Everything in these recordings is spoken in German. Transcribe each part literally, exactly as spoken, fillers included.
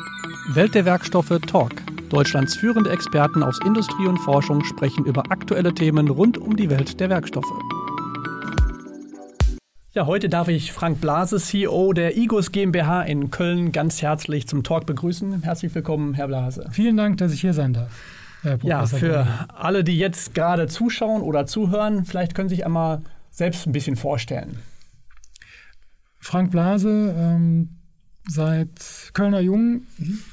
Welt der Werkstoffe Talk. Deutschlands führende Experten aus Industrie und Forschung sprechen über aktuelle Themen rund um die Welt der Werkstoffe. Ja, heute darf ich Frank Blase, C E O der IGUS GmbH in Köln, ganz herzlich zum Talk begrüßen. Herzlich willkommen, Herr Blase. Vielen Dank, dass ich hier sein darf. Ja, für alle, die jetzt gerade zuschauen oder zuhören, vielleicht können Sie sich einmal selbst ein bisschen vorstellen. Frank Blase, ähm, seit Kölner Jung,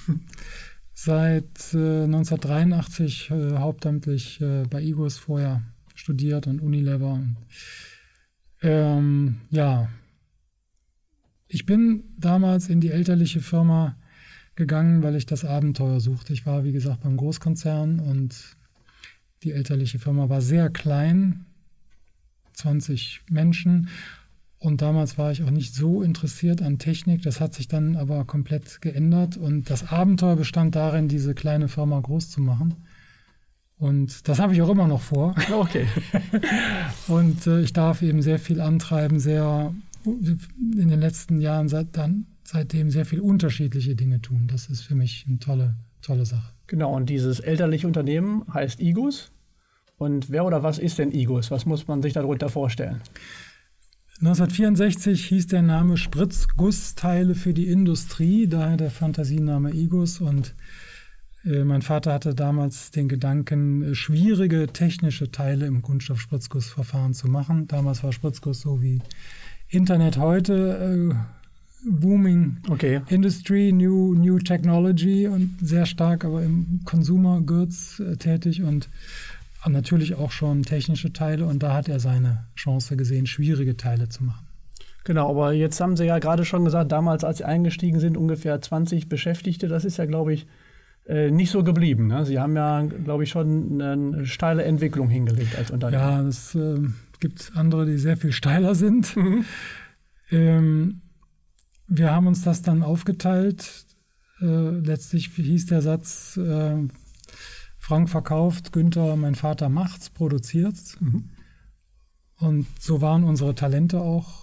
seit äh, neunzehnhundertdreiundachtzig äh, hauptamtlich äh, bei IGUS, vorher studiert und Unilever. Und, ähm, ja, ich bin damals in die elterliche Firma gegangen, weil ich das Abenteuer suchte. Ich war, wie gesagt, beim Großkonzern und die elterliche Firma war sehr klein, zwanzig Menschen. Und damals war ich auch nicht so interessiert an Technik. Das hat sich dann aber komplett geändert. Und das Abenteuer bestand darin, diese kleine Firma groß zu machen. Und das habe ich auch immer noch vor. Okay. Und äh, ich darf eben sehr viel antreiben, sehr in den letzten Jahren seit dann, seitdem sehr viel unterschiedliche Dinge tun. Das ist für mich eine tolle, tolle Sache. Genau, und dieses elterliche Unternehmen heißt IGUS. Und wer oder was ist denn IGUS? Was muss man sich darunter vorstellen? neunzehnhundertvierundsechzig hieß der Name Spritzgussteile für die Industrie, daher der Fantasiename IGUS. Und äh, mein Vater hatte damals den Gedanken, äh, schwierige technische Teile im Kunststoffspritzgussverfahren zu machen. Damals war Spritzguss so wie Internet heute, äh, Booming okay. Industry, New, New Technology und sehr stark aber im Consumer Goods äh, tätig und natürlich auch schon technische Teile. Und da hat er seine Chance gesehen, schwierige Teile zu machen. Genau, aber jetzt haben Sie ja gerade schon gesagt, damals, als Sie eingestiegen sind, ungefähr zwanzig Beschäftigte. Das ist ja, glaube ich, äh, nicht so geblieben. Ne? Sie haben ja, glaube ich, schon eine steile Entwicklung hingelegt als Unternehmen. Ja, es äh, gibt andere, die sehr viel steiler sind. Mhm. Ähm, wir haben uns das dann aufgeteilt. Äh, letztlich hieß der Satz, äh, Frank verkauft, Günther, mein Vater macht's, produziert's. Mhm. Und so waren unsere Talente auch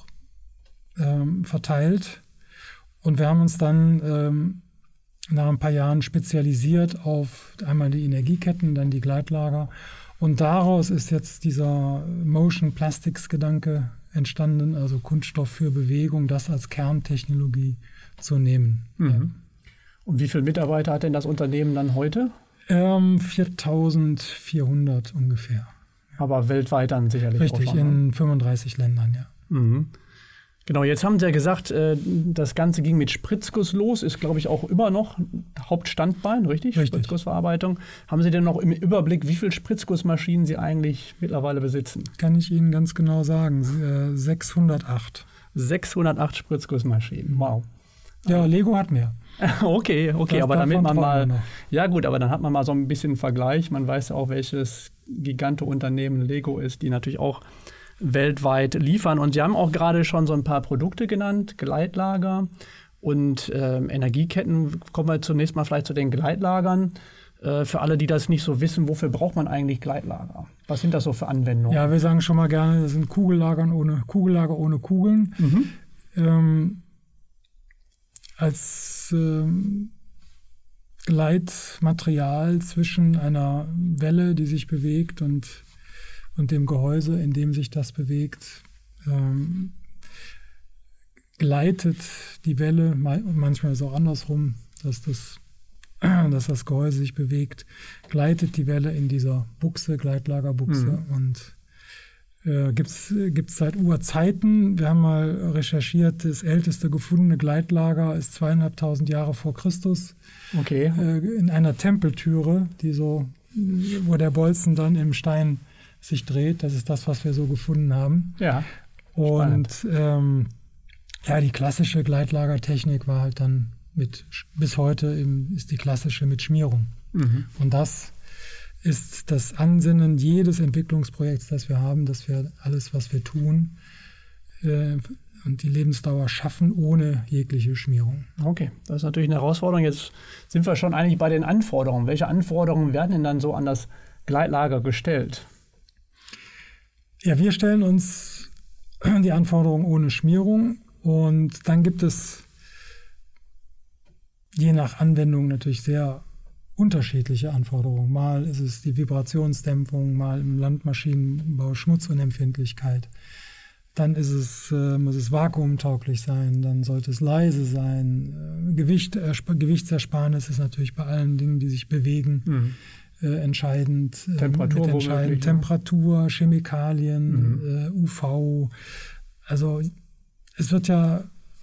ähm, verteilt. Und wir haben uns dann ähm, nach ein paar Jahren spezialisiert auf einmal die Energieketten, dann die Gleitlager. Und daraus ist jetzt dieser Motion Plastics Gedanke entstanden, also Kunststoff für Bewegung, das als Kerntechnologie zu nehmen. Mhm. Ja. Und wie viele Mitarbeiter hat denn das Unternehmen dann heute? Ähm, viertausendvierhundert ungefähr. Aber weltweit dann sicherlich Richtig, auch schon, in fünfunddreißig Ländern, ja. Mhm. Genau, jetzt haben Sie ja gesagt, das Ganze ging mit Spritzguss los, ist, glaube ich, auch immer noch Hauptstandbein, richtig? Richtig. Spritzgussverarbeitung. Haben Sie denn noch im Überblick, wie viele Spritzgussmaschinen Sie eigentlich mittlerweile besitzen? Kann ich Ihnen ganz genau sagen, sechshundertacht. sechshundertacht Spritzgussmaschinen, wow. Ja, Lego hat mehr. Okay, okay, das aber damit man mal, noch. ja gut, aber dann hat man mal so ein bisschen Vergleich. Man weiß ja auch, welches Giganteunternehmen Lego ist, die natürlich auch weltweit liefern. Und Sie haben auch gerade schon so ein paar Produkte genannt, Gleitlager und äh, Energieketten. Kommen wir zunächst mal vielleicht zu den Gleitlagern. Äh, für alle, die das nicht so wissen, wofür braucht man eigentlich Gleitlager? Was sind das so für Anwendungen? Ja, wir sagen schon mal gerne, das sind Kugellager ohne, Kugellager ohne Kugeln. Mhm. Ähm, als ähm, Gleitmaterial zwischen einer Welle, die sich bewegt, und, und dem Gehäuse, in dem sich das bewegt, ähm, gleitet die Welle, manchmal ist es auch andersrum, dass das, dass das Gehäuse sich bewegt, gleitet die Welle in dieser Buchse, Gleitlagerbuchse, mhm. und Äh, gibt es seit Urzeiten. Wir haben mal recherchiert, das älteste gefundene Gleitlager ist zweieinhalbtausend Jahre vor Christus. Okay. Äh, in einer Tempeltüre, die so, wo der Bolzen dann im Stein sich dreht. Das ist das, was wir so gefunden haben. Ja. Und ähm, ja, die klassische Gleitlagertechnik war halt dann mit, bis heute eben, ist die klassische mit Schmierung. Mhm. Und das ist das Ansinnen jedes Entwicklungsprojekts, das wir haben, dass wir alles, was wir tun, äh, und die Lebensdauer schaffen ohne jegliche Schmierung. Okay, das ist natürlich eine Herausforderung. Jetzt sind wir schon eigentlich bei den Anforderungen. Welche Anforderungen werden denn dann so an das Gleitlager gestellt? Ja, wir stellen uns die Anforderungen ohne Schmierung, und dann gibt es je nach Anwendung natürlich sehr unterschiedliche Anforderungen. Mal ist es die Vibrationsdämpfung, mal im Landmaschinenbau Schmutzunempfindlichkeit. Dann ist es, äh, muss es vakuumtauglich sein, dann sollte es leise sein. Äh, Gewicht, äh, Gewichtsersparnis ist natürlich bei allen Dingen, die sich bewegen, mhm. äh, entscheidend. Äh, Temperatur, entscheidend. Temperatur, Chemikalien, mhm. äh, U V. Also es wird ja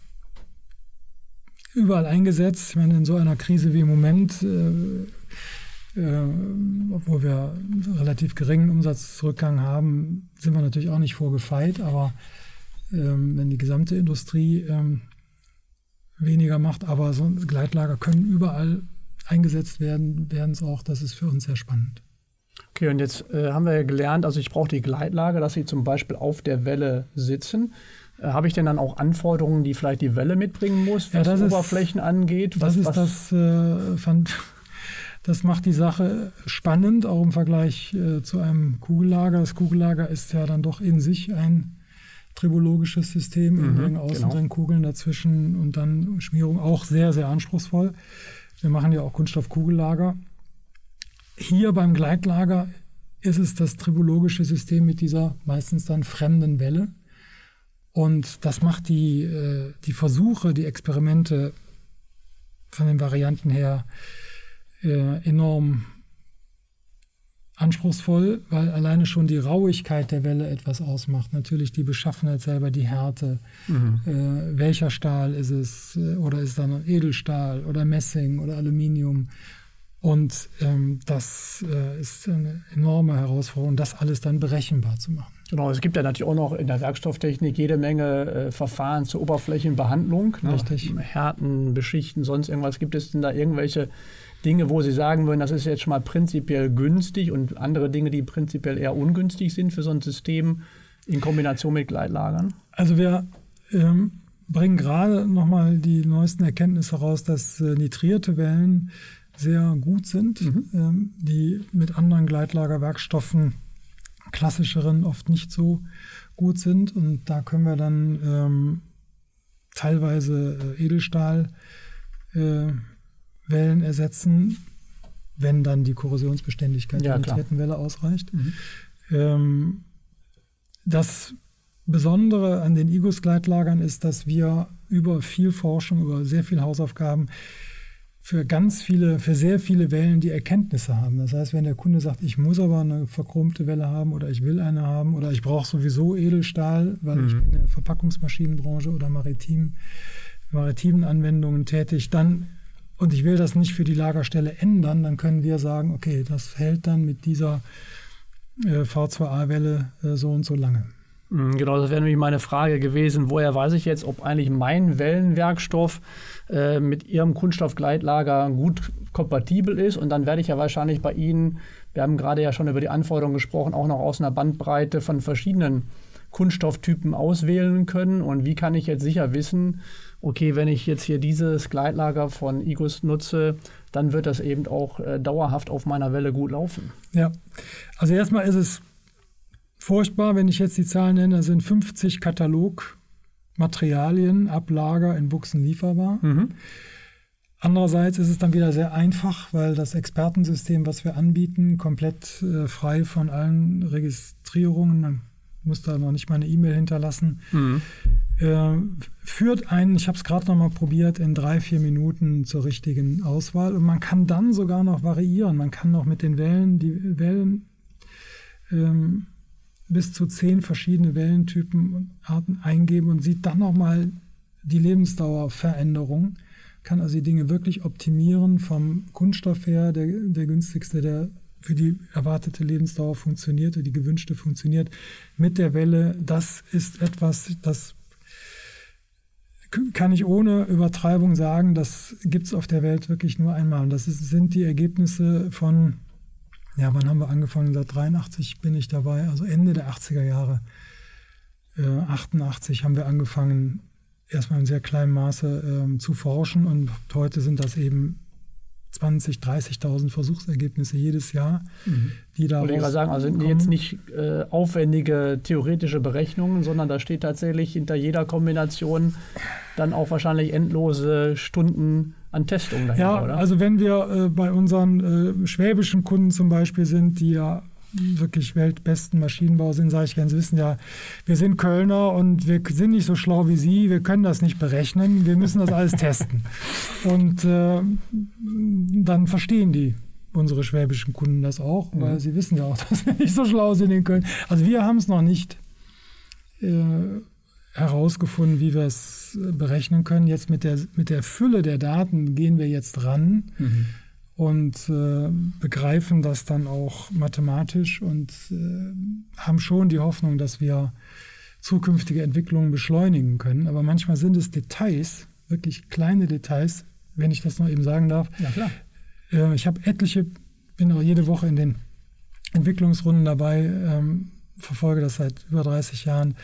überall eingesetzt. Ich meine, in so einer Krise wie im Moment, äh, äh, obwohl wir einen relativ geringen Umsatzrückgang haben, sind wir natürlich auch nicht vorgefeit. Aber ähm, wenn die gesamte Industrie ähm, weniger macht, aber so Gleitlager können überall eingesetzt werden, werden es auch. Das ist für uns sehr spannend. Okay, und jetzt äh, haben wir ja gelernt, also ich brauche die Gleitlager, dass sie zum Beispiel auf der Welle sitzen. Äh, habe ich denn dann auch Anforderungen, die vielleicht die Welle mitbringen muss, was ja, Oberflächen ist, angeht? Was, das ist was das, äh, fand, das macht die Sache spannend, auch im Vergleich äh, zu einem Kugellager. Das Kugellager ist ja dann doch in sich ein tribologisches System, mhm, Innenring, Außenring, genau. Kugeln dazwischen und dann Schmierung, auch sehr, sehr anspruchsvoll. Wir machen ja auch Kunststoffkugellager. Hier beim Gleitlager ist es das tribologische System mit dieser meistens dann fremden Welle. Und das macht die, äh, die Versuche, die Experimente von den Varianten her äh, enorm anspruchsvoll, weil alleine schon die Rauigkeit der Welle etwas ausmacht. Natürlich die Beschaffenheit selber, die Härte. Mhm. Äh, welcher Stahl ist es? Oder ist da noch Edelstahl oder Messing oder Aluminium? Und ähm, das äh, ist eine enorme Herausforderung, das alles dann berechenbar zu machen. Genau, es gibt ja natürlich auch noch in der Werkstofftechnik jede Menge äh, Verfahren zur Oberflächenbehandlung. Ne? Richtig. Härten, Beschichten, sonst irgendwas. Gibt es denn da irgendwelche Dinge, wo Sie sagen würden, das ist jetzt schon mal prinzipiell günstig und andere Dinge, die prinzipiell eher ungünstig sind für so ein System in Kombination mit Gleitlagern? Also wir ähm, bringen gerade nochmal die neuesten Erkenntnisse raus, dass äh, nitrierte Wellen sehr gut sind, mhm. ähm, die mit anderen Gleitlagerwerkstoffen, klassischeren, oft nicht so gut sind. Und da können wir dann ähm, teilweise äh, Edelstahl äh, Wellen ersetzen, wenn dann die Korrosionsbeständigkeit ja, der nitrierten Welle ausreicht. Mhm. Ähm, das Besondere an den I G U S-Gleitlagern ist, dass wir über viel Forschung, über sehr viele Hausaufgaben für ganz viele, für sehr viele Wellen die Erkenntnisse haben. Das heißt, wenn der Kunde sagt, ich muss aber eine verchromte Welle haben oder ich will eine haben oder ich brauche sowieso Edelstahl, weil mhm. ich bin in der Verpackungsmaschinenbranche oder maritim, maritimen Anwendungen tätig, dann und ich will das nicht für die Lagerstelle ändern, dann können wir sagen, okay, das hält dann mit dieser äh, V zwei A-Welle äh, so und so lange. Genau, das wäre nämlich meine Frage gewesen. Woher weiß ich jetzt, ob eigentlich mein Wellenwerkstoff äh, mit Ihrem Kunststoffgleitlager gut kompatibel ist? Und dann werde ich ja wahrscheinlich bei Ihnen, wir haben gerade ja schon über die Anforderungen gesprochen, auch noch aus einer Bandbreite von verschiedenen Kunststofftypen auswählen können. Und wie kann ich jetzt sicher wissen, okay, wenn ich jetzt hier dieses Gleitlager von I G U S nutze, dann wird das eben auch äh, dauerhaft auf meiner Welle gut laufen? Ja, also erstmal ist es furchtbar, wenn ich jetzt die Zahlen nenne, sind fünfzig Katalogmaterialien ab Lager in Buchsen lieferbar. Mhm. Andererseits ist es dann wieder sehr einfach, weil das Expertensystem, was wir anbieten, komplett äh, frei von allen Registrierungen, man muss da noch nicht mal eine E-Mail hinterlassen, mhm. äh, führt einen, ich habe es gerade noch mal probiert, in drei, vier Minuten zur richtigen Auswahl. Und man kann dann sogar noch variieren. Man kann noch mit den Wellen, die Wellen ähm, bis zu zehn verschiedene Wellentypen und Arten eingeben und sieht dann nochmal die Lebensdauerveränderung, kann also die Dinge wirklich optimieren vom Kunststoff her, der, der günstigste, der für die erwartete Lebensdauer funktioniert oder die gewünschte funktioniert, mit der Welle. Das ist etwas, das kann ich ohne Übertreibung sagen, das gibt es auf der Welt wirklich nur einmal. Und das ist, sind die Ergebnisse von, ja, wann haben wir angefangen? Seit dreiundachtzig bin ich dabei, also Ende der achtziger Jahre. Äh, achtundachtzig haben wir angefangen, erstmal in sehr kleinem Maße äh, zu forschen und heute sind das eben zwanzigtausend, dreißigtausend Versuchsergebnisse jedes Jahr, mhm. die da Wollte ich gerade sagen, also sind jetzt nicht äh, aufwendige theoretische Berechnungen, sondern da steht tatsächlich hinter jeder Kombination dann auch wahrscheinlich endlose Stunden an Testungen dahinter, ja, oder? Also wenn wir äh, bei unseren äh, schwäbischen Kunden zum Beispiel sind, die ja wirklich weltbesten Maschinenbau sind, sage ich ganz, wissen ja, wir sind Kölner und wir sind nicht so schlau wie Sie, wir können das nicht berechnen, wir müssen das alles testen. Und äh, dann verstehen die unsere schwäbischen Kunden das auch, mhm. weil sie wissen ja auch, dass wir nicht so schlau sind in Köln. Also wir haben es noch nicht äh, herausgefunden, wie wir es berechnen können. Jetzt mit der, mit der Fülle der Daten gehen wir jetzt ran. Mhm. Und äh, begreifen das dann auch mathematisch und äh, haben schon die Hoffnung, dass wir zukünftige Entwicklungen beschleunigen können. Aber manchmal sind es Details, wirklich kleine Details, wenn ich das noch eben sagen darf. Ja, klar. Äh, ich habe etliche, bin auch jede Woche in den Entwicklungsrunden dabei, ähm, verfolge das seit über dreißig Jahren.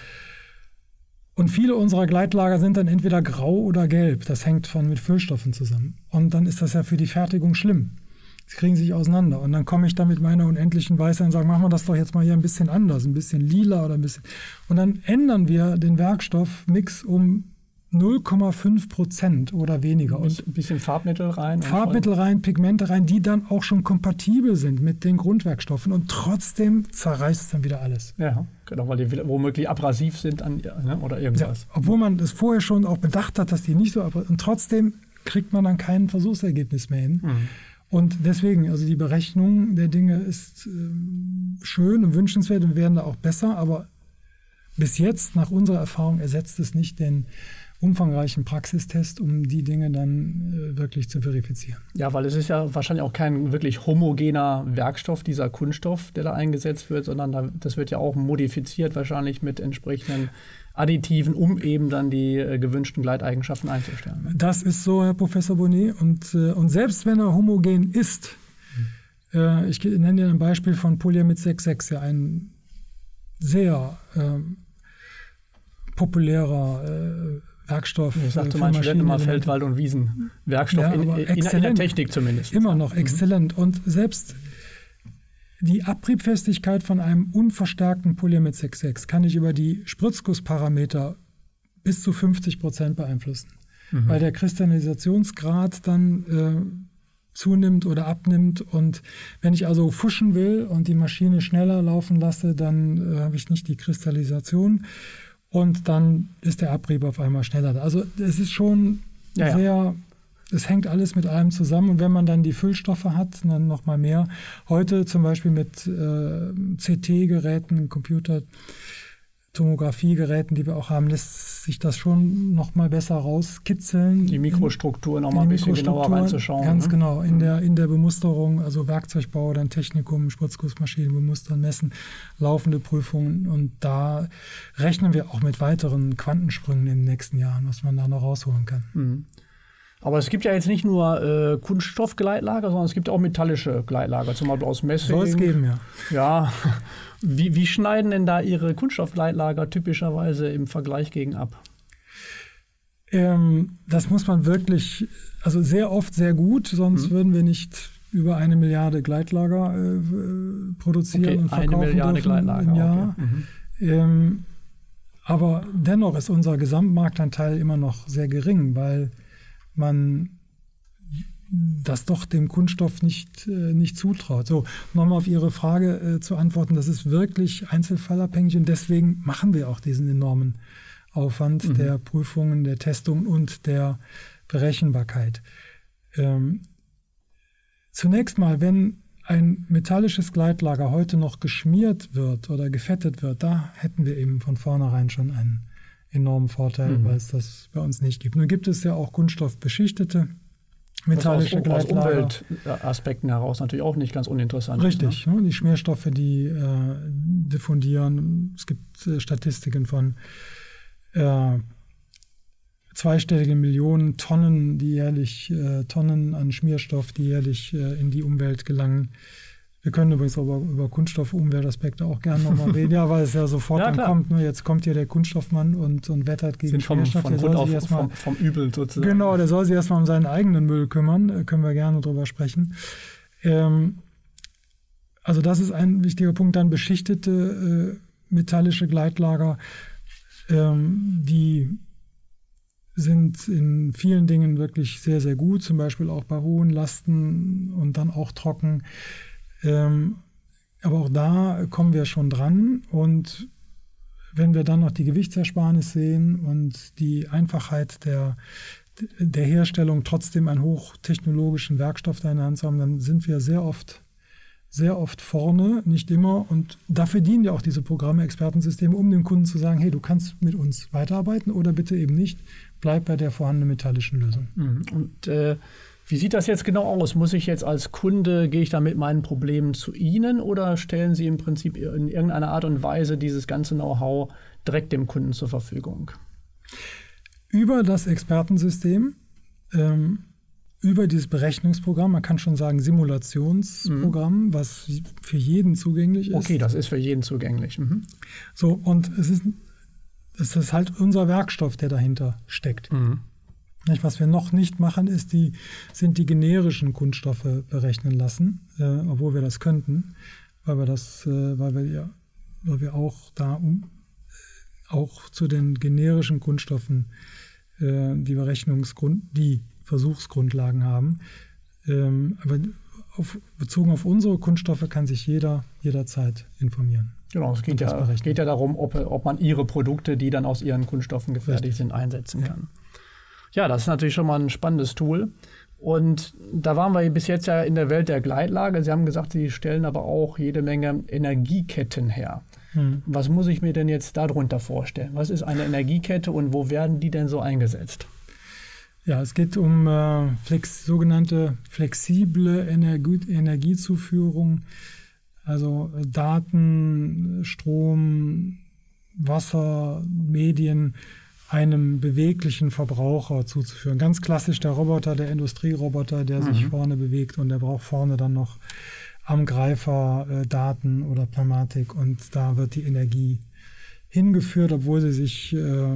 Und viele unserer Gleitlager sind dann entweder grau oder gelb. Das hängt von mit Füllstoffen zusammen. Und dann ist das ja für die Fertigung schlimm. Sie kriegen sich auseinander. Und dann komme ich da mit meiner unendlichen Weisheit und sage, machen wir das doch jetzt mal hier ein bisschen anders, ein bisschen lila oder ein bisschen. Und dann ändern wir den Werkstoffmix um null Komma fünf Prozent oder weniger. Und ein bisschen Farbmittel rein. Farbmittel rein, Pigmente rein, die dann auch schon kompatibel sind mit den Grundwerkstoffen. Und trotzdem zerreißt es dann wieder alles. Ja, genau, weil die womöglich abrasiv sind an, ne, oder irgendwas. Ja, obwohl man das vorher schon auch bedacht hat, dass die nicht so abrasiv. Und trotzdem kriegt man dann kein Versuchsergebnis mehr hin. Mhm. Und deswegen, also die Berechnung der Dinge ist äh, schön und wünschenswert und werden da auch besser. Aber bis jetzt, nach unserer Erfahrung, ersetzt es nicht den umfangreichen Praxistest, um die Dinge dann äh, wirklich zu verifizieren. Ja, weil es ist ja wahrscheinlich auch kein wirklich homogener Werkstoff, dieser Kunststoff, der da eingesetzt wird, sondern da, das wird ja auch modifiziert wahrscheinlich mit entsprechenden Additiven, um eben dann die äh, gewünschten Gleiteigenschaften einzustellen. Das ist so, Herr Professor Bonnet. Und, äh, und selbst wenn er homogen ist, mhm. äh, ich nenne dir ein Beispiel von Polyamid sechs Komma sechs, ja ein sehr äh, populärer äh, Werkstoff. Ich sagte mein Student immer Feldwald- und Wiesenwerkstoff, ja, in, in, in der Technik zumindest. Immer noch exzellent. Mhm. Und selbst die Abriebfestigkeit von einem unverstärkten Polyamid sechs Komma sechs kann ich über die Spritzgussparameter bis zu fünfzig Prozent beeinflussen. Mhm. Weil der Kristallisationsgrad dann äh, zunimmt oder abnimmt. Und wenn ich also fuschen will und die Maschine schneller laufen lasse, dann äh, habe ich nicht die Kristallisation. Und dann ist der Abrieb auf einmal schneller. Also es ist schon ja, sehr, ja. Es hängt alles mit allem zusammen. Und wenn man dann die Füllstoffe hat, dann noch mal mehr. Heute zum Beispiel mit äh, C T-Geräten, Computertomographiegeräten, die wir auch haben, lässt sich das schon noch mal besser rauskitzeln. Die Mikrostruktur noch mal ein bisschen genauer reinzuschauen. Ganz ne? genau. In, mhm. der, in der Bemusterung, also Werkzeugbau, dann Technikum, Spritzgussmaschinen bemustern, messen, laufende Prüfungen. Und da rechnen wir auch mit weiteren Quantensprüngen in den nächsten Jahren, was man da noch rausholen kann. Mhm. Aber es gibt ja jetzt nicht nur äh, Kunststoffgleitlager, sondern es gibt auch metallische Gleitlager, zum Beispiel aus Messing. Soll es geben, ja. Ja. Wie, wie schneiden denn da Ihre Kunststoffgleitlager typischerweise im Vergleich gegen ab? Ähm, das muss man wirklich, also sehr oft sehr gut, sonst mhm. würden wir nicht über eine Milliarde Gleitlager äh, produzieren okay, und verkaufen eine Milliarde dürfen Gleitlager im Jahr. Okay. Mhm. Ähm, aber dennoch ist unser Gesamtmarktanteil immer noch sehr gering, weil man das doch dem Kunststoff nicht, äh, nicht zutraut. So, nochmal auf Ihre Frage äh, zu antworten, das ist wirklich einzelfallabhängig und deswegen machen wir auch diesen enormen Aufwand mhm. der Prüfungen, der Testungen und der Berechenbarkeit. Ähm, zunächst mal, wenn ein metallisches Gleitlager heute noch geschmiert wird oder gefettet wird, da hätten wir eben von vornherein schon einen enormen Vorteil, mhm. weil es das bei uns nicht gibt. Nun gibt es ja auch kunststoffbeschichtete metallische aus, Gleitlager. Aus Umweltaspekten heraus natürlich auch nicht ganz uninteressant. Richtig, ne? Ne? Die Schmierstoffe, die äh, diffundieren. Es gibt äh, Statistiken von äh, zweistelligen Millionen Tonnen, die jährlich äh, Tonnen an Schmierstoff, die jährlich äh, in die Umwelt gelangen. Wir können übrigens über, über Kunststoff- und Umweltaspekte auch gerne nochmal reden, ja, weil es ja sofort ja, dann kommt. Ne? Jetzt kommt hier der Kunststoffmann und, und wettert gegen Sind vom, Schmierstoff. von Grund auf, vom, vom Übel sozusagen. Genau, der soll sich erstmal um seinen eigenen Müll kümmern. Da können wir gerne drüber sprechen. Ähm, also das ist ein wichtiger Punkt. Dann beschichtete äh, metallische Gleitlager, ähm, die sind in vielen Dingen wirklich sehr, sehr gut, zum Beispiel auch bei hohen Lasten und dann auch trocken. Ähm, aber auch da kommen wir schon dran. Und wenn wir dann noch die Gewichtsersparnis sehen und die Einfachheit der, der Herstellung, trotzdem einen hochtechnologischen Werkstoff da in der Hand zu haben, dann sind wir sehr oft sehr oft vorne, nicht immer. Und dafür dienen ja auch diese Programme, Expertensysteme, um dem Kunden zu sagen, hey, du kannst mit uns weiterarbeiten oder bitte eben nicht, bleib bei der vorhandenen metallischen Lösung. Und äh, wie sieht das jetzt genau aus? Muss ich jetzt als Kunde, gehe ich da mit meinen Problemen zu Ihnen oder stellen Sie im Prinzip in irgendeiner Art und Weise dieses ganze Know-how direkt dem Kunden zur Verfügung? Über das Expertensystem, ähm, über dieses Berechnungsprogramm, man kann schon sagen Simulationsprogramm, mhm. was für jeden zugänglich ist. Okay, das ist für jeden zugänglich. Mhm. So, und es ist, es ist halt unser Werkstoff, der dahinter steckt. Mhm. Was wir noch nicht machen, ist die, sind die generischen Kunststoffe berechnen lassen, äh, obwohl wir das könnten, weil wir das, äh, weil wir ja, weil wir auch da um, auch zu den generischen Kunststoffen äh, die Berechnungsgrund, die Versuchsgrundlagen haben. Ähm, aber auf, bezogen auf unsere Kunststoffe kann sich jeder jederzeit informieren. Genau, es geht ja, geht ja darum, ob, ob man Ihre Produkte, die dann aus Ihren Kunststoffen gefertigt Richtig. sind, einsetzen kann. Ja. ja, das ist natürlich schon mal ein spannendes Tool. Und da waren wir bis jetzt ja in der Welt der Gleitlage. Sie haben gesagt, Sie stellen aber auch jede Menge Energieketten her. Hm. Was muss ich mir denn jetzt darunter vorstellen? Was ist eine Energiekette und wo werden die denn so eingesetzt? Ja, es geht um äh, flex, sogenannte flexible Energie, Energiezuführung, also Daten, Strom, Wasser, Medien einem beweglichen Verbraucher zuzuführen. Ganz klassisch der Roboter, der Industrieroboter, der mhm. sich vorne bewegt und der braucht vorne dann noch am Greifer äh, Daten oder Pneumatik und da wird die Energie hingeführt, obwohl sie sich äh,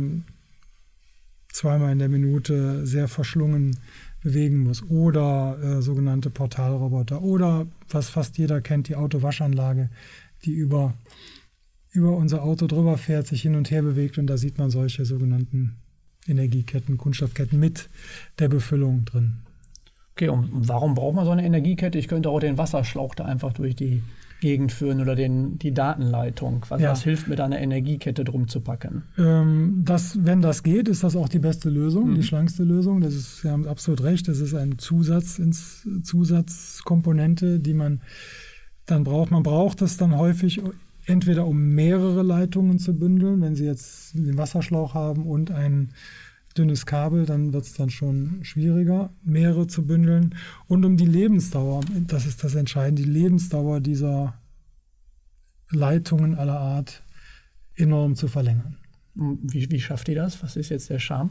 zweimal in der Minute sehr verschlungen bewegen muss. Oder äh, sogenannte Portalroboter. Oder, was fast jeder kennt, die Autowaschanlage, die über, über unser Auto drüber fährt, sich hin und her bewegt. Und da sieht man solche sogenannten Energieketten, Kunststoffketten mit der Befüllung drin. Okay, und warum braucht man so eine Energiekette? Ich könnte auch den Wasserschlauch da einfach durch die Gegend führen oder den, die Datenleitung. Was, ja. was hilft mir da eine Energiekette drum zu packen? Ähm, das, wenn das geht, ist das auch die beste Lösung, mhm. die schlankste Lösung. Das ist, Sie haben absolut recht, das ist eine Zusatz, ins, Zusatzkomponente, die man dann braucht. Man braucht das dann häufig entweder um mehrere Leitungen zu bündeln, wenn Sie jetzt den Wasserschlauch haben und ein dünnes Kabel, dann wird es dann schon schwieriger, mehrere zu bündeln. Und um die Lebensdauer, das ist das Entscheidende, die Lebensdauer dieser Leitungen aller Art enorm zu verlängern. Wie, wie schafft ihr das? Was ist jetzt der Charme?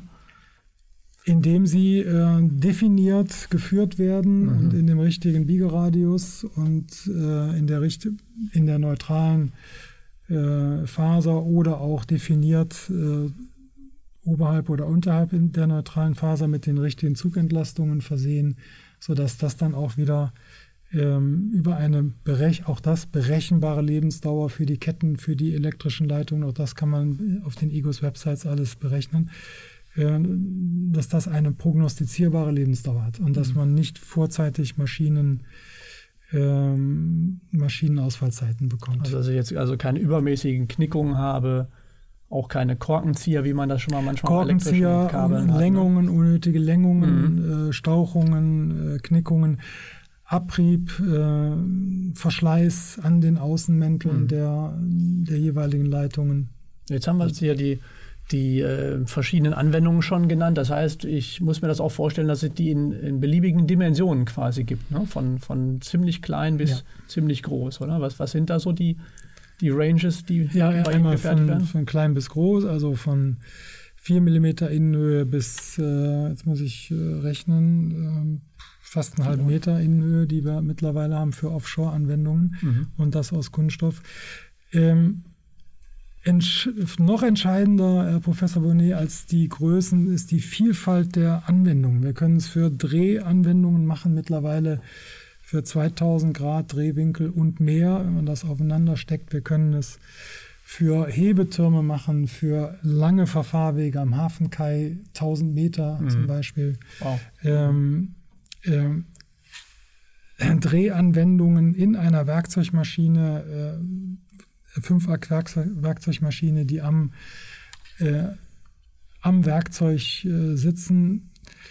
Indem sie äh, definiert geführt werden mhm. und in dem richtigen Biegeradius und äh, in, der Richt- in der neutralen äh, Faser oder auch definiert äh, oberhalb oder unterhalb der neutralen Faser mit den richtigen Zugentlastungen versehen, sodass das dann auch wieder ähm, über eine Berech- auch das berechenbare Lebensdauer für die Ketten, für die elektrischen Leitungen, auch das kann man auf den I G O S-Websites alles berechnen, äh, dass das eine prognostizierbare Lebensdauer hat und dass mhm. man nicht vorzeitig Maschinen ähm, Maschinenausfallzeiten bekommt. Also, also jetzt also keine übermäßigen Knickungen habe, auch keine Korkenzieher, wie man das schon mal manchmal Korkenzieher, Kabeln hat, Längungen, ne? unnötige Längungen, mhm. äh, Stauchungen, äh, Knickungen, Abrieb, äh, Verschleiß an den Außenmänteln mhm. der, der jeweiligen Leitungen. Jetzt haben wir jetzt hier die, die äh, verschiedenen Anwendungen schon genannt. Das heißt, ich muss mir das auch vorstellen, dass es die in, in beliebigen Dimensionen quasi gibt, ne? Von, von ziemlich klein bis ja. ziemlich groß, oder? Was, was sind da so die Die Ranges, die ja, ja, bei Ihnen gefertigt von, werden? Von klein bis groß, also von vier Millimeter Innenhöhe bis, äh, jetzt muss ich äh, rechnen, äh, fast einen halben Meter Innenhöhe, die wir mittlerweile haben für Offshore-Anwendungen mhm. und das aus Kunststoff. Ähm, entsch- noch entscheidender, Herr Professor Bonnet, als die Größen ist die Vielfalt der Anwendungen. Wir können es für Drehanwendungen machen mittlerweile für zweitausend Grad Drehwinkel und mehr, wenn man das aufeinander steckt. Wir können es für Hebetürme machen, für lange Verfahrwege am Hafenkai, tausend Meter mhm. zum Beispiel. Wow. Ähm, ähm, Drehanwendungen in einer Werkzeugmaschine, äh, Fünfachs-Werkzeugmaschine, die am, äh, am Werkzeug äh, sitzen,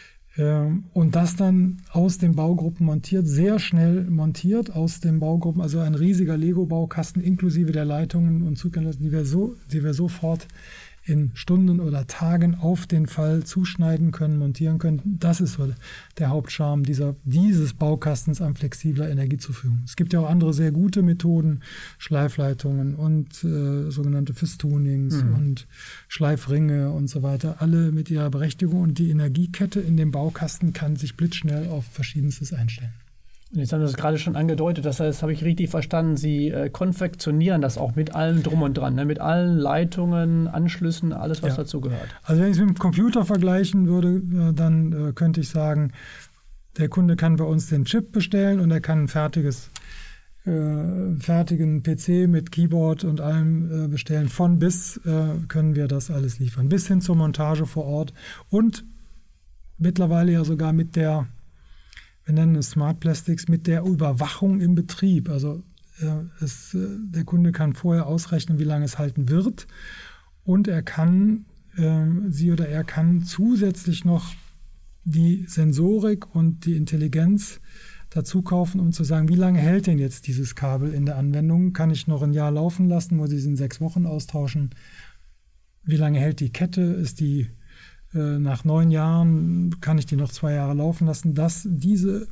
und das dann aus den Baugruppen montiert, sehr schnell montiert aus den Baugruppen, also ein riesiger Lego-Baukasten inklusive der Leitungen und Zugänglichkeiten, die wir so, die wir sofort in Stunden oder Tagen auf den Fall zuschneiden können, montieren können. Das ist so der Hauptcharme dieser, dieses Baukastens an flexibler Energiezuführung. Es gibt ja auch andere sehr gute Methoden, Schleifleitungen und äh, sogenannte Fistunings mhm. und Schleifringe und so weiter, alle mit ihrer Berechtigung. Und die Energiekette in dem Baukasten kann sich blitzschnell auf Verschiedenstes einstellen. Und jetzt haben Sie das gerade schon angedeutet, das heißt, habe ich richtig verstanden, Sie äh, konfektionieren das auch mit allem Drum und Dran, ne? Mit allen Leitungen, Anschlüssen, alles, was ja. dazu gehört. Also wenn ich es mit dem Computer vergleichen würde, äh, dann äh, könnte ich sagen, der Kunde kann bei uns den Chip bestellen und er kann ein fertiges, äh, fertigen P C mit Keyboard und allem äh, bestellen. Von bis äh, können wir das alles liefern, bis hin zur Montage vor Ort und mittlerweile ja sogar mit der wir nennen es Smart Plastics, mit der Überwachung im Betrieb. Also äh, es, äh, der Kunde kann vorher ausrechnen, wie lange es halten wird. Und er kann, äh, sie oder er kann zusätzlich noch die Sensorik und die Intelligenz dazu kaufen, um zu sagen, wie lange hält denn jetzt dieses Kabel in der Anwendung? Kann ich noch ein Jahr laufen lassen, muss ich es in sechs Wochen austauschen? Wie lange hält die Kette? Ist die Nach neun Jahren kann ich die noch zwei Jahre laufen lassen. Das, diese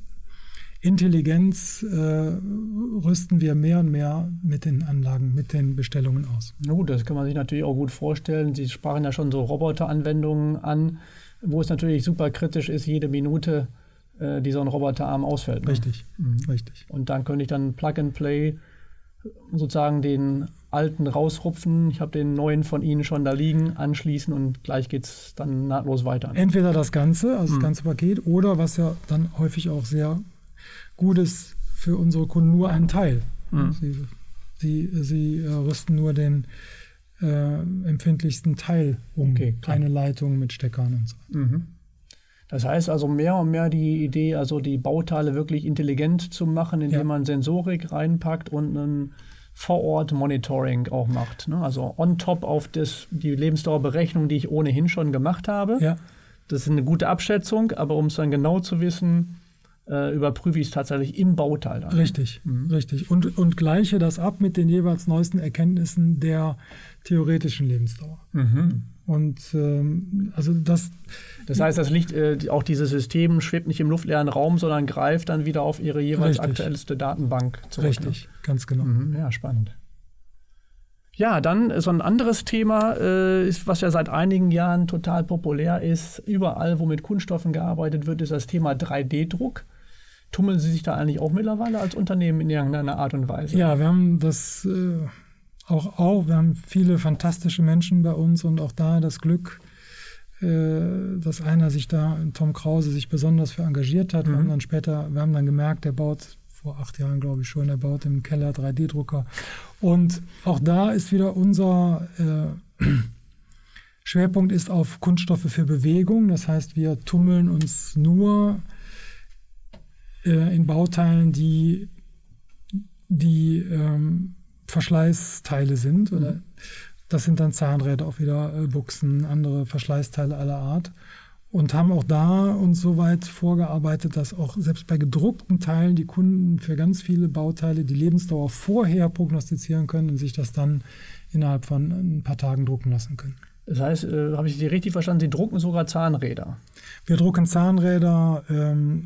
Intelligenz äh, rüsten wir mehr und mehr mit den Anlagen, mit den Bestellungen aus. Na gut, das kann man sich natürlich auch gut vorstellen. Sie sprachen ja schon so Roboteranwendungen an, wo es natürlich super kritisch ist, jede Minute, äh, die so ein Roboterarm ausfällt. Ne? Richtig, mhm. richtig. Und dann könnte ich dann Plug and Play sozusagen den alten rausrupfen, ich habe den neuen von Ihnen schon da liegen, anschließen und gleich geht es dann nahtlos weiter. Entweder das Ganze, also mhm. das ganze Paket, oder was ja dann häufig auch sehr gut ist für unsere Kunden, nur ein Teil. Mhm. Sie, sie, sie äh, rüsten nur den äh, empfindlichsten Teil um, okay, keine Leitung mit Steckern und so. Mhm. Das heißt also mehr und mehr die Idee, also die Bauteile wirklich intelligent zu machen, indem ja. man Sensorik reinpackt und ein Vor-Ort-Monitoring auch macht. Ne? Also on top auf das, die Lebensdauerberechnung, die ich ohnehin schon gemacht habe. Ja. Das ist eine gute Abschätzung, aber um es dann genau zu wissen, äh, überprüfe ich es tatsächlich im Bauteil. Dann. Richtig, mhm. richtig. Und, und gleiche das ab mit den jeweils neuesten Erkenntnissen der theoretischen Lebensdauer. Mhm. Und ähm, also das... Das heißt, das liegt, äh, auch dieses System schwebt nicht im luftleeren Raum, sondern greift dann wieder auf Ihre jeweils Richtig. aktuellste Datenbank zurück. Richtig, ne? Ganz genau. Mhm, ja, spannend. Ja, dann so ein anderes Thema, äh, ist, was ja seit einigen Jahren total populär ist. Überall, wo mit Kunststoffen gearbeitet wird, ist das Thema drei D Druck. Tummeln Sie sich da eigentlich auch mittlerweile als Unternehmen in irgendeiner Art und Weise? Ja, wir haben das... Äh Auch, auch, wir haben viele fantastische Menschen bei uns und auch da das Glück, äh, dass einer sich da, Tom Krause, sich besonders für engagiert hat. Mhm. Wir haben dann später, wir haben dann gemerkt, der baut, vor acht Jahren glaube ich schon, er baut im Keller drei D Drucker. Und auch da ist wieder unser äh, Schwerpunkt ist auf Kunststoffe für Bewegung. Das heißt, wir tummeln uns nur äh, in Bauteilen, die, die ähm, Verschleißteile sind. Oder mhm. Das sind dann Zahnräder, auch wieder äh, Buchsen, andere Verschleißteile aller Art. Und haben auch da uns so weit vorgearbeitet, dass auch selbst bei gedruckten Teilen die Kunden für ganz viele Bauteile die Lebensdauer vorher prognostizieren können und sich das dann innerhalb von ein paar Tagen drucken lassen können. Das heißt, äh, habe ich Sie richtig verstanden, Sie drucken sogar Zahnräder? Wir drucken Zahnräder, ähm,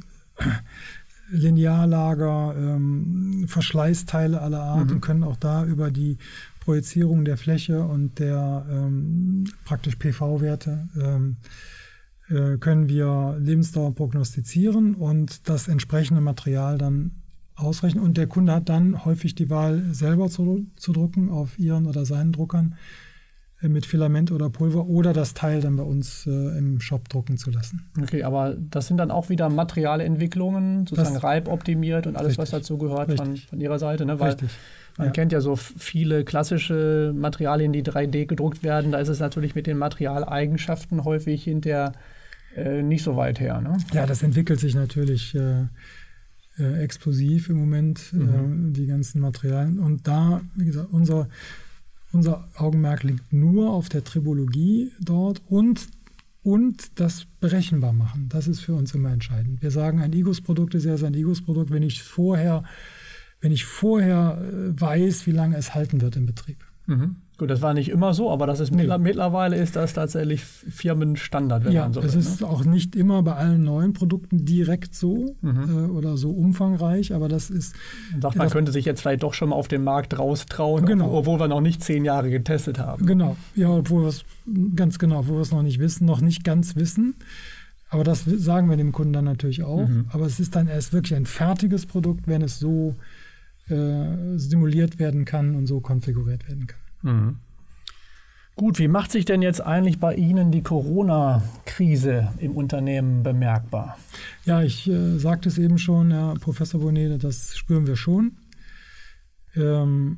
Linearlager, ähm, Verschleißteile aller Art mhm. und können auch da über die Projizierung der Fläche und der ähm, praktisch P V-Werte ähm, äh, können wir Lebensdauer prognostizieren und das entsprechende Material dann ausrechnen. Und der Kunde hat dann häufig die Wahl, selber zu, zu drucken auf ihren oder seinen Druckern. äh, mit Filament oder Pulver oder das Teil dann bei uns äh, im Shop drucken zu lassen. Okay, aber das sind dann auch wieder Materialentwicklungen, sozusagen das, reiboptimiert und alles, richtig, was dazu gehört von, von Ihrer Seite, ne? Weil richtig. Man ja. kennt ja so viele klassische Materialien, die drei D gedruckt werden. Da ist es natürlich mit den Materialeigenschaften häufig hinterher äh, nicht so weit her. Ne? Ja, das entwickelt sich natürlich äh, äh, explosiv im Moment, mhm. äh, die ganzen Materialien. Und da, wie gesagt, unser, unser Augenmerk liegt nur auf der Tribologie dort und, und das berechenbar machen. Das ist für uns immer entscheidend. Wir sagen, ein I G U S-Produkt ist ja ein I G U S-Produkt, wenn ich vorher wenn ich vorher äh, weiß, wie lange es halten wird im Betrieb. Mhm. Gut, das war nicht immer so, aber das ist nee. mittlerweile ist das tatsächlich Firmenstandard. Wenn ja, man so es will, ist ne? auch nicht immer bei allen neuen Produkten direkt so mhm. äh, oder so umfangreich, aber das ist... Man sagt, man könnte sich jetzt vielleicht doch schon mal auf den Markt raustrauen, genau. obwohl wir noch nicht zehn Jahre getestet haben. Genau, ja, obwohl wir es ganz genau, obwohl wir es noch nicht wissen, noch nicht ganz wissen. Aber das sagen wir dem Kunden dann natürlich auch. Mhm. Aber es ist dann erst wirklich ein fertiges Produkt, wenn es so Äh, simuliert werden kann und so konfiguriert werden kann. Mhm. Gut, wie macht sich denn jetzt eigentlich bei Ihnen die Corona-Krise im Unternehmen bemerkbar? Ja, ich äh, sagte es eben schon, Herr Professor Bonnet, das spüren wir schon. Ähm,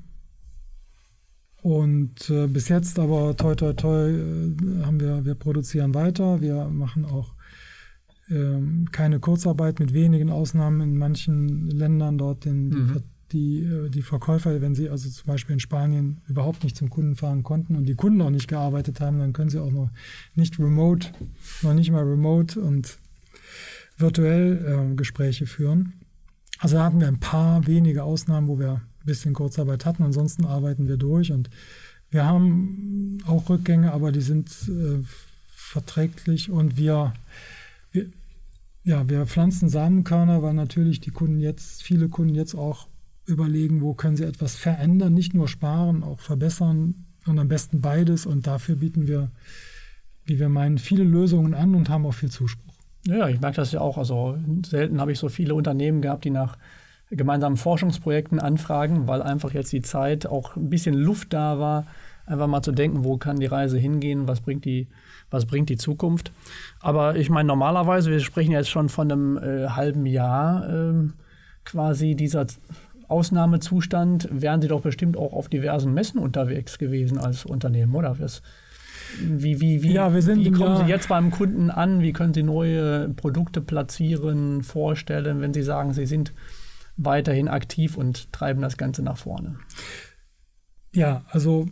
und äh, bis jetzt aber toi toi toi äh, haben wir, wir produzieren weiter, wir machen auch keine Kurzarbeit mit wenigen Ausnahmen in manchen Ländern dort den, die, mhm. die, die Verkäufer, wenn sie also zum Beispiel in Spanien überhaupt nicht zum Kunden fahren konnten und die Kunden auch nicht gearbeitet haben, dann können sie auch noch nicht remote, noch nicht mal remote und virtuell äh, Gespräche führen. Also da hatten wir ein paar wenige Ausnahmen, wo wir ein bisschen Kurzarbeit hatten. Ansonsten arbeiten wir durch und wir haben auch Rückgänge, aber die sind äh, verträglich und wir Wir, ja, wir pflanzen Samenkörner, weil natürlich die Kunden jetzt, viele Kunden jetzt auch überlegen, wo können sie etwas verändern, nicht nur sparen, auch verbessern und am besten beides. Und dafür bieten wir, wie wir meinen, viele Lösungen an und haben auch viel Zuspruch. Ja, ich merke das ja auch. Also selten habe ich so viele Unternehmen gehabt, die nach gemeinsamen Forschungsprojekten anfragen, weil einfach jetzt die Zeit, auch ein bisschen Luft da war, einfach mal zu denken, wo kann die Reise hingehen, was bringt die, was bringt die Zukunft. Aber ich meine, normalerweise, wir sprechen jetzt schon von einem äh, halben Jahr äh, quasi dieser Ausnahmezustand, wären Sie doch bestimmt auch auf diversen Messen unterwegs gewesen als Unternehmen, oder? Das, wie wie, wie, ja, wir sind wie kommen Jahr Sie jetzt beim Kunden an? Wie können Sie neue Produkte platzieren, vorstellen, wenn Sie sagen, Sie sind weiterhin aktiv und treiben das Ganze nach vorne? Ja, also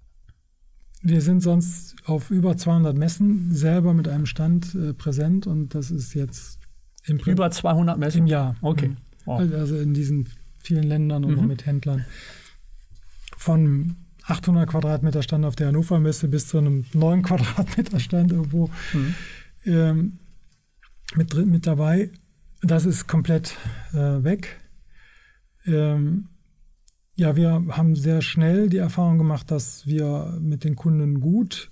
wir sind sonst auf über zweihundert Messen selber mit einem Stand äh, präsent und das ist jetzt im über zweihundert Messen im Jahr. Okay. Wow. Also in diesen vielen Ländern und mhm. mit Händlern. Von achthundert Quadratmeter Stand auf der Hannover Messe bis zu einem neun Quadratmeter Stand irgendwo mhm. ähm, mit, mit dabei. Das ist komplett äh, weg. Ähm, Ja, wir haben sehr schnell die Erfahrung gemacht, dass wir mit den Kunden gut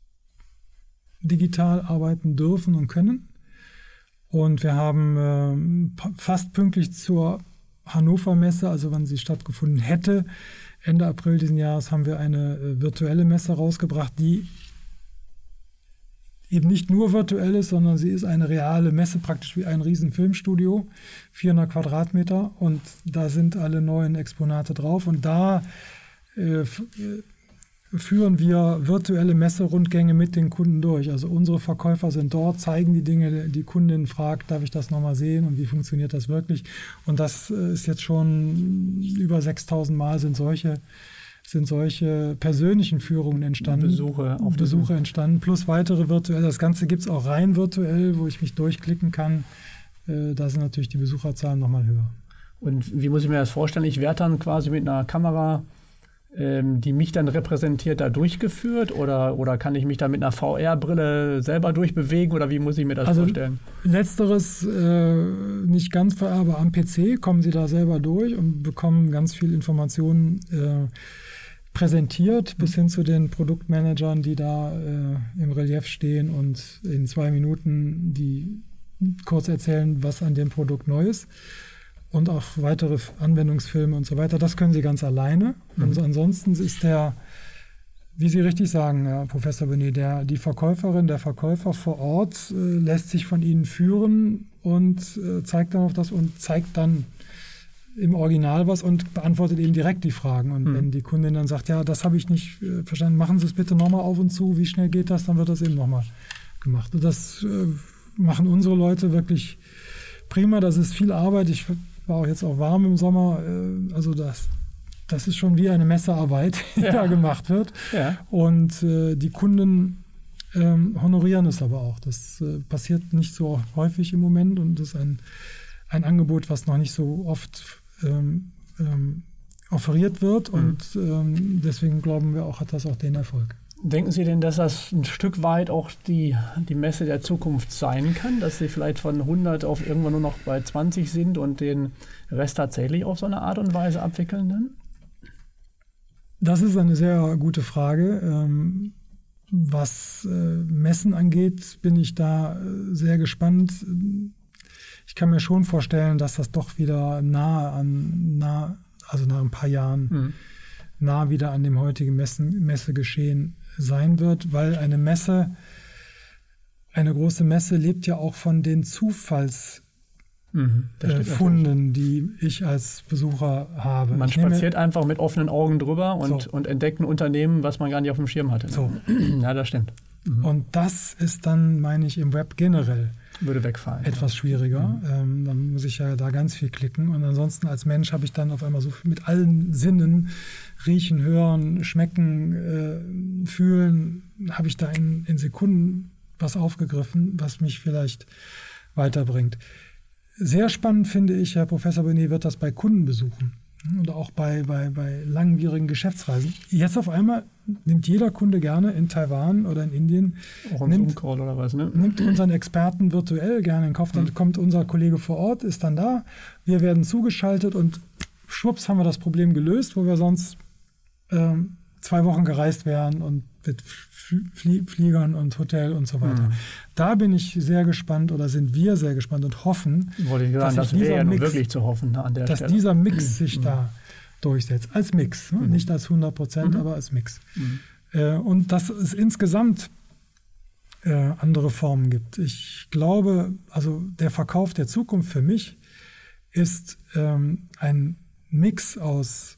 digital arbeiten dürfen und können. Und wir haben äh, fast pünktlich zur Hannover Messe, also wann sie stattgefunden hätte, Ende April diesen Jahres, haben wir eine äh, virtuelle Messe rausgebracht, die eben nicht nur virtuell ist, sondern sie ist eine reale Messe, praktisch wie ein riesen Filmstudio, vierhundert Quadratmeter und da sind alle neuen Exponate drauf und da äh, führen wir virtuelle Messerundgänge mit den Kunden durch. Also unsere Verkäufer sind dort, zeigen die Dinge, die Kundin fragt, darf ich das nochmal sehen und wie funktioniert das wirklich? Und das ist jetzt schon über sechstausend Mal sind solche sind solche persönlichen Führungen entstanden. Besuche, auf Besuche entstanden, plus weitere virtuelle. Das Ganze gibt es auch rein virtuell, wo ich mich durchklicken kann. Äh, da sind natürlich die Besucherzahlen nochmal höher. Und wie muss ich mir das vorstellen? Ich werde dann quasi mit einer Kamera, ähm, die mich dann repräsentiert, da durchgeführt? Oder, oder kann ich mich da mit einer V R-Brille selber durchbewegen? Oder wie muss ich mir das also vorstellen? Letzteres äh, nicht ganz, aber am P C kommen Sie da selber durch und bekommen ganz viel Informationen äh, präsentiert, bis hin zu den Produktmanagern, die da äh, im Relief stehen und in zwei Minuten die kurz erzählen, was an dem Produkt neu ist. Und auch weitere Anwendungsfilme und so weiter. Das können Sie ganz alleine. Mhm. Und ansonsten ist der, Wie Sie richtig sagen, Herr Professor Bonnet, der, die Verkäuferin, der Verkäufer vor Ort äh, lässt sich von Ihnen führen und äh, zeigt dann auf das und zeigt dann im Original was und beantwortet eben direkt die Fragen. Und mhm. wenn die Kundin dann sagt, ja, das habe ich nicht äh, verstanden, machen Sie es bitte nochmal auf und zu, wie schnell geht das, dann wird das eben nochmal gemacht. Und das äh, machen unsere Leute wirklich prima. Das ist viel Arbeit. Ich war auch jetzt auch warm im Sommer. Äh, also das, das ist schon wie eine Messerarbeit, die ja. da gemacht wird. Ja. Und äh, die Kunden ähm, honorieren es aber auch. Das äh, passiert nicht so häufig im Moment und das ist ein, ein Angebot, was noch nicht so oft ähm, ähm, offeriert wird. Mhm. Und ähm, deswegen glauben wir auch, hat das auch den Erfolg. Denken Sie denn, dass das ein Stück weit auch die, die Messe der Zukunft sein kann, dass Sie vielleicht von hundert auf irgendwann nur noch bei zwanzig sind und den Rest tatsächlich auf so eine Art und Weise abwickeln dann? Das ist eine sehr gute Frage. Ähm, was äh, Messen angeht, bin ich da äh, sehr gespannt. Ich kann mir schon vorstellen, dass das doch wieder nah an, nah, also nach ein paar Jahren, mhm. nah wieder an dem heutigen Messen, Messegeschehen sein wird, weil eine Messe, eine große Messe lebt ja auch von den Zufallsfunden, mhm, äh, die ich als Besucher habe. Man ich spaziert nehme, einfach mit offenen Augen drüber und, so. und entdeckt ein Unternehmen, was man gar nicht auf dem Schirm hatte. So. Ja, das stimmt. Mhm. Und das ist dann, meine ich, im Web generell würde wegfallen. Etwas schwieriger. Mhm. Ähm, dann muss ich ja da ganz viel klicken. Und ansonsten als Mensch habe ich dann auf einmal so viel mit allen Sinnen, riechen, hören, schmecken, äh, fühlen, habe ich da in, in Sekunden was aufgegriffen, was mich vielleicht weiterbringt. Sehr spannend finde ich, Herr Professor Bonnet wird das bei Kundenbesuchen oder auch bei, bei, bei langwierigen Geschäftsreisen. Jetzt auf einmal nimmt jeder Kunde gerne in Taiwan oder in Indien, auch ein Zoom-Call oder was, ne? nimmt unseren Experten virtuell gerne in den Kopf. Dann mhm. kommt unser Kollege vor Ort, ist dann da, wir werden zugeschaltet und schwupps haben wir das Problem gelöst, wo wir sonst ähm, zwei Wochen gereist wären und mit Flie- Fliegern und Hotel und so weiter. Mhm. Da bin ich sehr gespannt oder sind wir sehr gespannt und hoffen, Wollte ich sagen, dass das wäre ja nun wirklich zu hoffen an der dass Stelle. dieser Mix sich mhm. da durchsetzt. Als Mix, mhm. nicht als hundert Prozent, mhm. aber als Mix. Mhm. Äh, und dass es insgesamt äh, andere Formen gibt. Ich glaube, also der Verkauf der Zukunft für mich ist ähm, ein Mix aus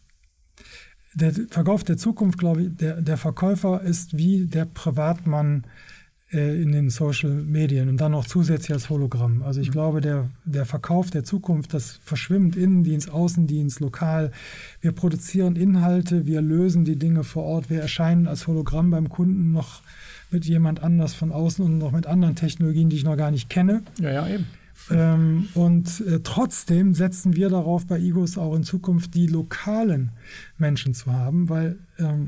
Der Verkauf der Zukunft, glaube ich, der, der Verkäufer ist wie der Privatmann äh, in den Social Medien und dann noch zusätzlich als Hologramm. Also ich mhm. glaube, der, der Verkauf der Zukunft, das verschwimmt Innendienst, Außendienst, lokal. Wir produzieren Inhalte, wir lösen die Dinge vor Ort, wir erscheinen als Hologramm beim Kunden noch mit jemand anders von außen und noch mit anderen Technologien, die ich noch gar nicht kenne. Ja, ja, eben. Ähm, und äh, trotzdem setzen wir darauf bei Igos auch in Zukunft die lokalen Menschen zu haben, weil, ähm,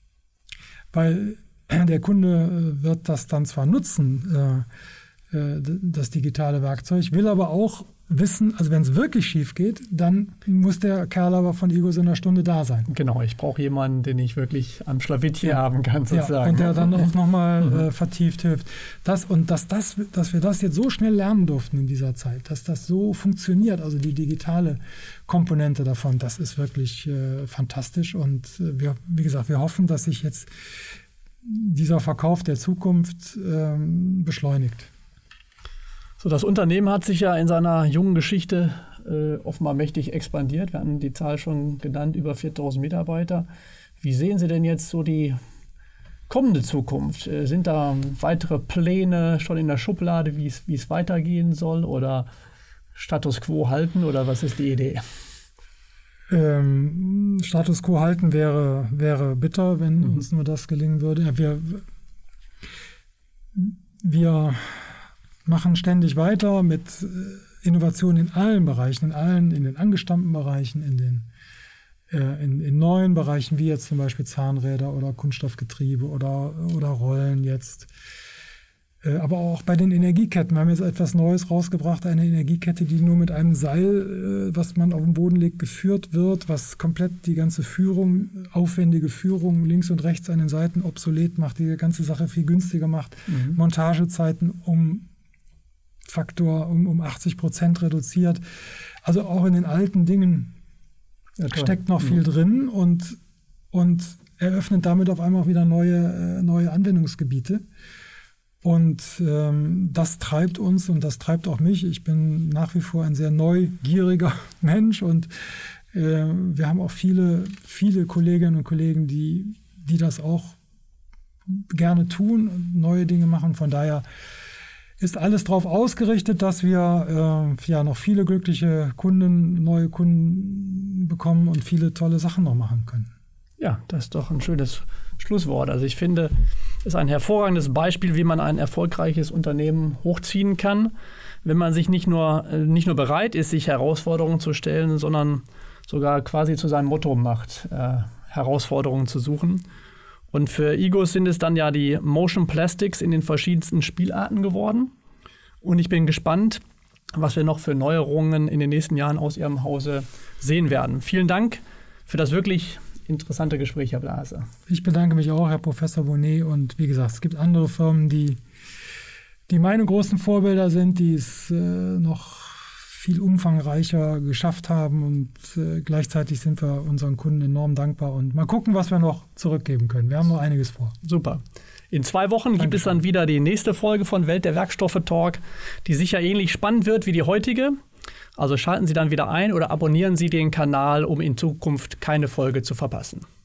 weil der Kunde äh, wird das dann zwar nutzen, äh, äh, das digitale Werkzeug, will aber auch wissen, also wenn es wirklich schief geht, dann muss der Kerl aber von Igos in einer Stunde da sein. Genau, ich brauche jemanden, den ich wirklich am Schlawittchen ja. haben kann, sozusagen. Ja, und der dann auch nochmal mhm. äh, vertieft hilft. Das, und dass, das, dass wir das jetzt so schnell lernen durften in dieser Zeit, dass das so funktioniert, also die digitale Komponente davon, das ist wirklich äh, fantastisch. Und äh, wir, wie gesagt, wir hoffen, dass sich jetzt dieser Verkauf der Zukunft äh, beschleunigt. So, das Unternehmen hat sich ja in seiner jungen Geschichte äh, offenbar mächtig expandiert. Wir hatten die Zahl schon genannt, über viertausend Mitarbeiter. Wie sehen Sie denn jetzt so die kommende Zukunft? Äh, sind da weitere Pläne schon in der Schublade, wie es wie es weitergehen soll oder Status quo halten oder was ist die Idee? Ähm, Status quo halten wäre, wäre bitter, wenn mhm. uns nur das gelingen würde. Wir, wir machen ständig weiter mit Innovationen in allen Bereichen, in allen, in den angestammten Bereichen, in den äh, in, in neuen Bereichen, wie jetzt zum Beispiel Zahnräder oder Kunststoffgetriebe oder, oder Rollen jetzt. Äh, aber auch bei den Energieketten. Wir haben jetzt etwas Neues rausgebracht, eine Energiekette, die nur mit einem Seil, äh, was man auf den Boden legt, geführt wird, was komplett die ganze Führung, aufwendige Führung links und rechts an den Seiten obsolet macht, die ganze Sache viel günstiger macht, mhm. Montagezeiten um Faktor um, um achtzig Prozent reduziert. Also auch in den alten Dingen ja, steckt noch viel mhm. drin und, und eröffnet damit auf einmal auch wieder neue, äh, neue Anwendungsgebiete. Und ähm, das treibt uns und das treibt auch mich. Ich bin nach wie vor ein sehr neugieriger Mensch und äh, wir haben auch viele, viele Kolleginnen und Kollegen, die, die das auch gerne tun und neue Dinge machen. Von daher ist alles darauf ausgerichtet, dass wir äh, ja noch viele glückliche Kunden, neue Kunden bekommen und viele tolle Sachen noch machen können. Ja, das ist doch ein schönes Schlusswort. Also ich finde, es ist ein hervorragendes Beispiel, wie man ein erfolgreiches Unternehmen hochziehen kann, wenn man sich nicht nur, nicht nur bereit ist, sich Herausforderungen zu stellen, sondern sogar quasi zu seinem Motto macht, äh, Herausforderungen zu suchen. Und für I G O S sind es dann ja die Motion Plastics in den verschiedensten Spielarten geworden. Und ich bin gespannt, was wir noch für Neuerungen in den nächsten Jahren aus Ihrem Hause sehen werden. Vielen Dank für das wirklich interessante Gespräch, Herr Blase. Ich bedanke mich auch, Herr Professor Bonnet. Und wie gesagt, es gibt andere Firmen, die, die meine großen Vorbilder sind, die es äh, noch viel umfangreicher geschafft haben. Und äh, gleichzeitig sind wir unseren Kunden enorm dankbar. Und mal gucken, was wir noch zurückgeben können. Wir haben noch einiges vor. Super. In zwei Wochen Dankeschön. Gibt es dann wieder die nächste Folge von Welt der Werkstoffe Talk, die sicher ähnlich spannend wird wie die heutige. Also schalten Sie dann wieder ein oder abonnieren Sie den Kanal, um in Zukunft keine Folge zu verpassen.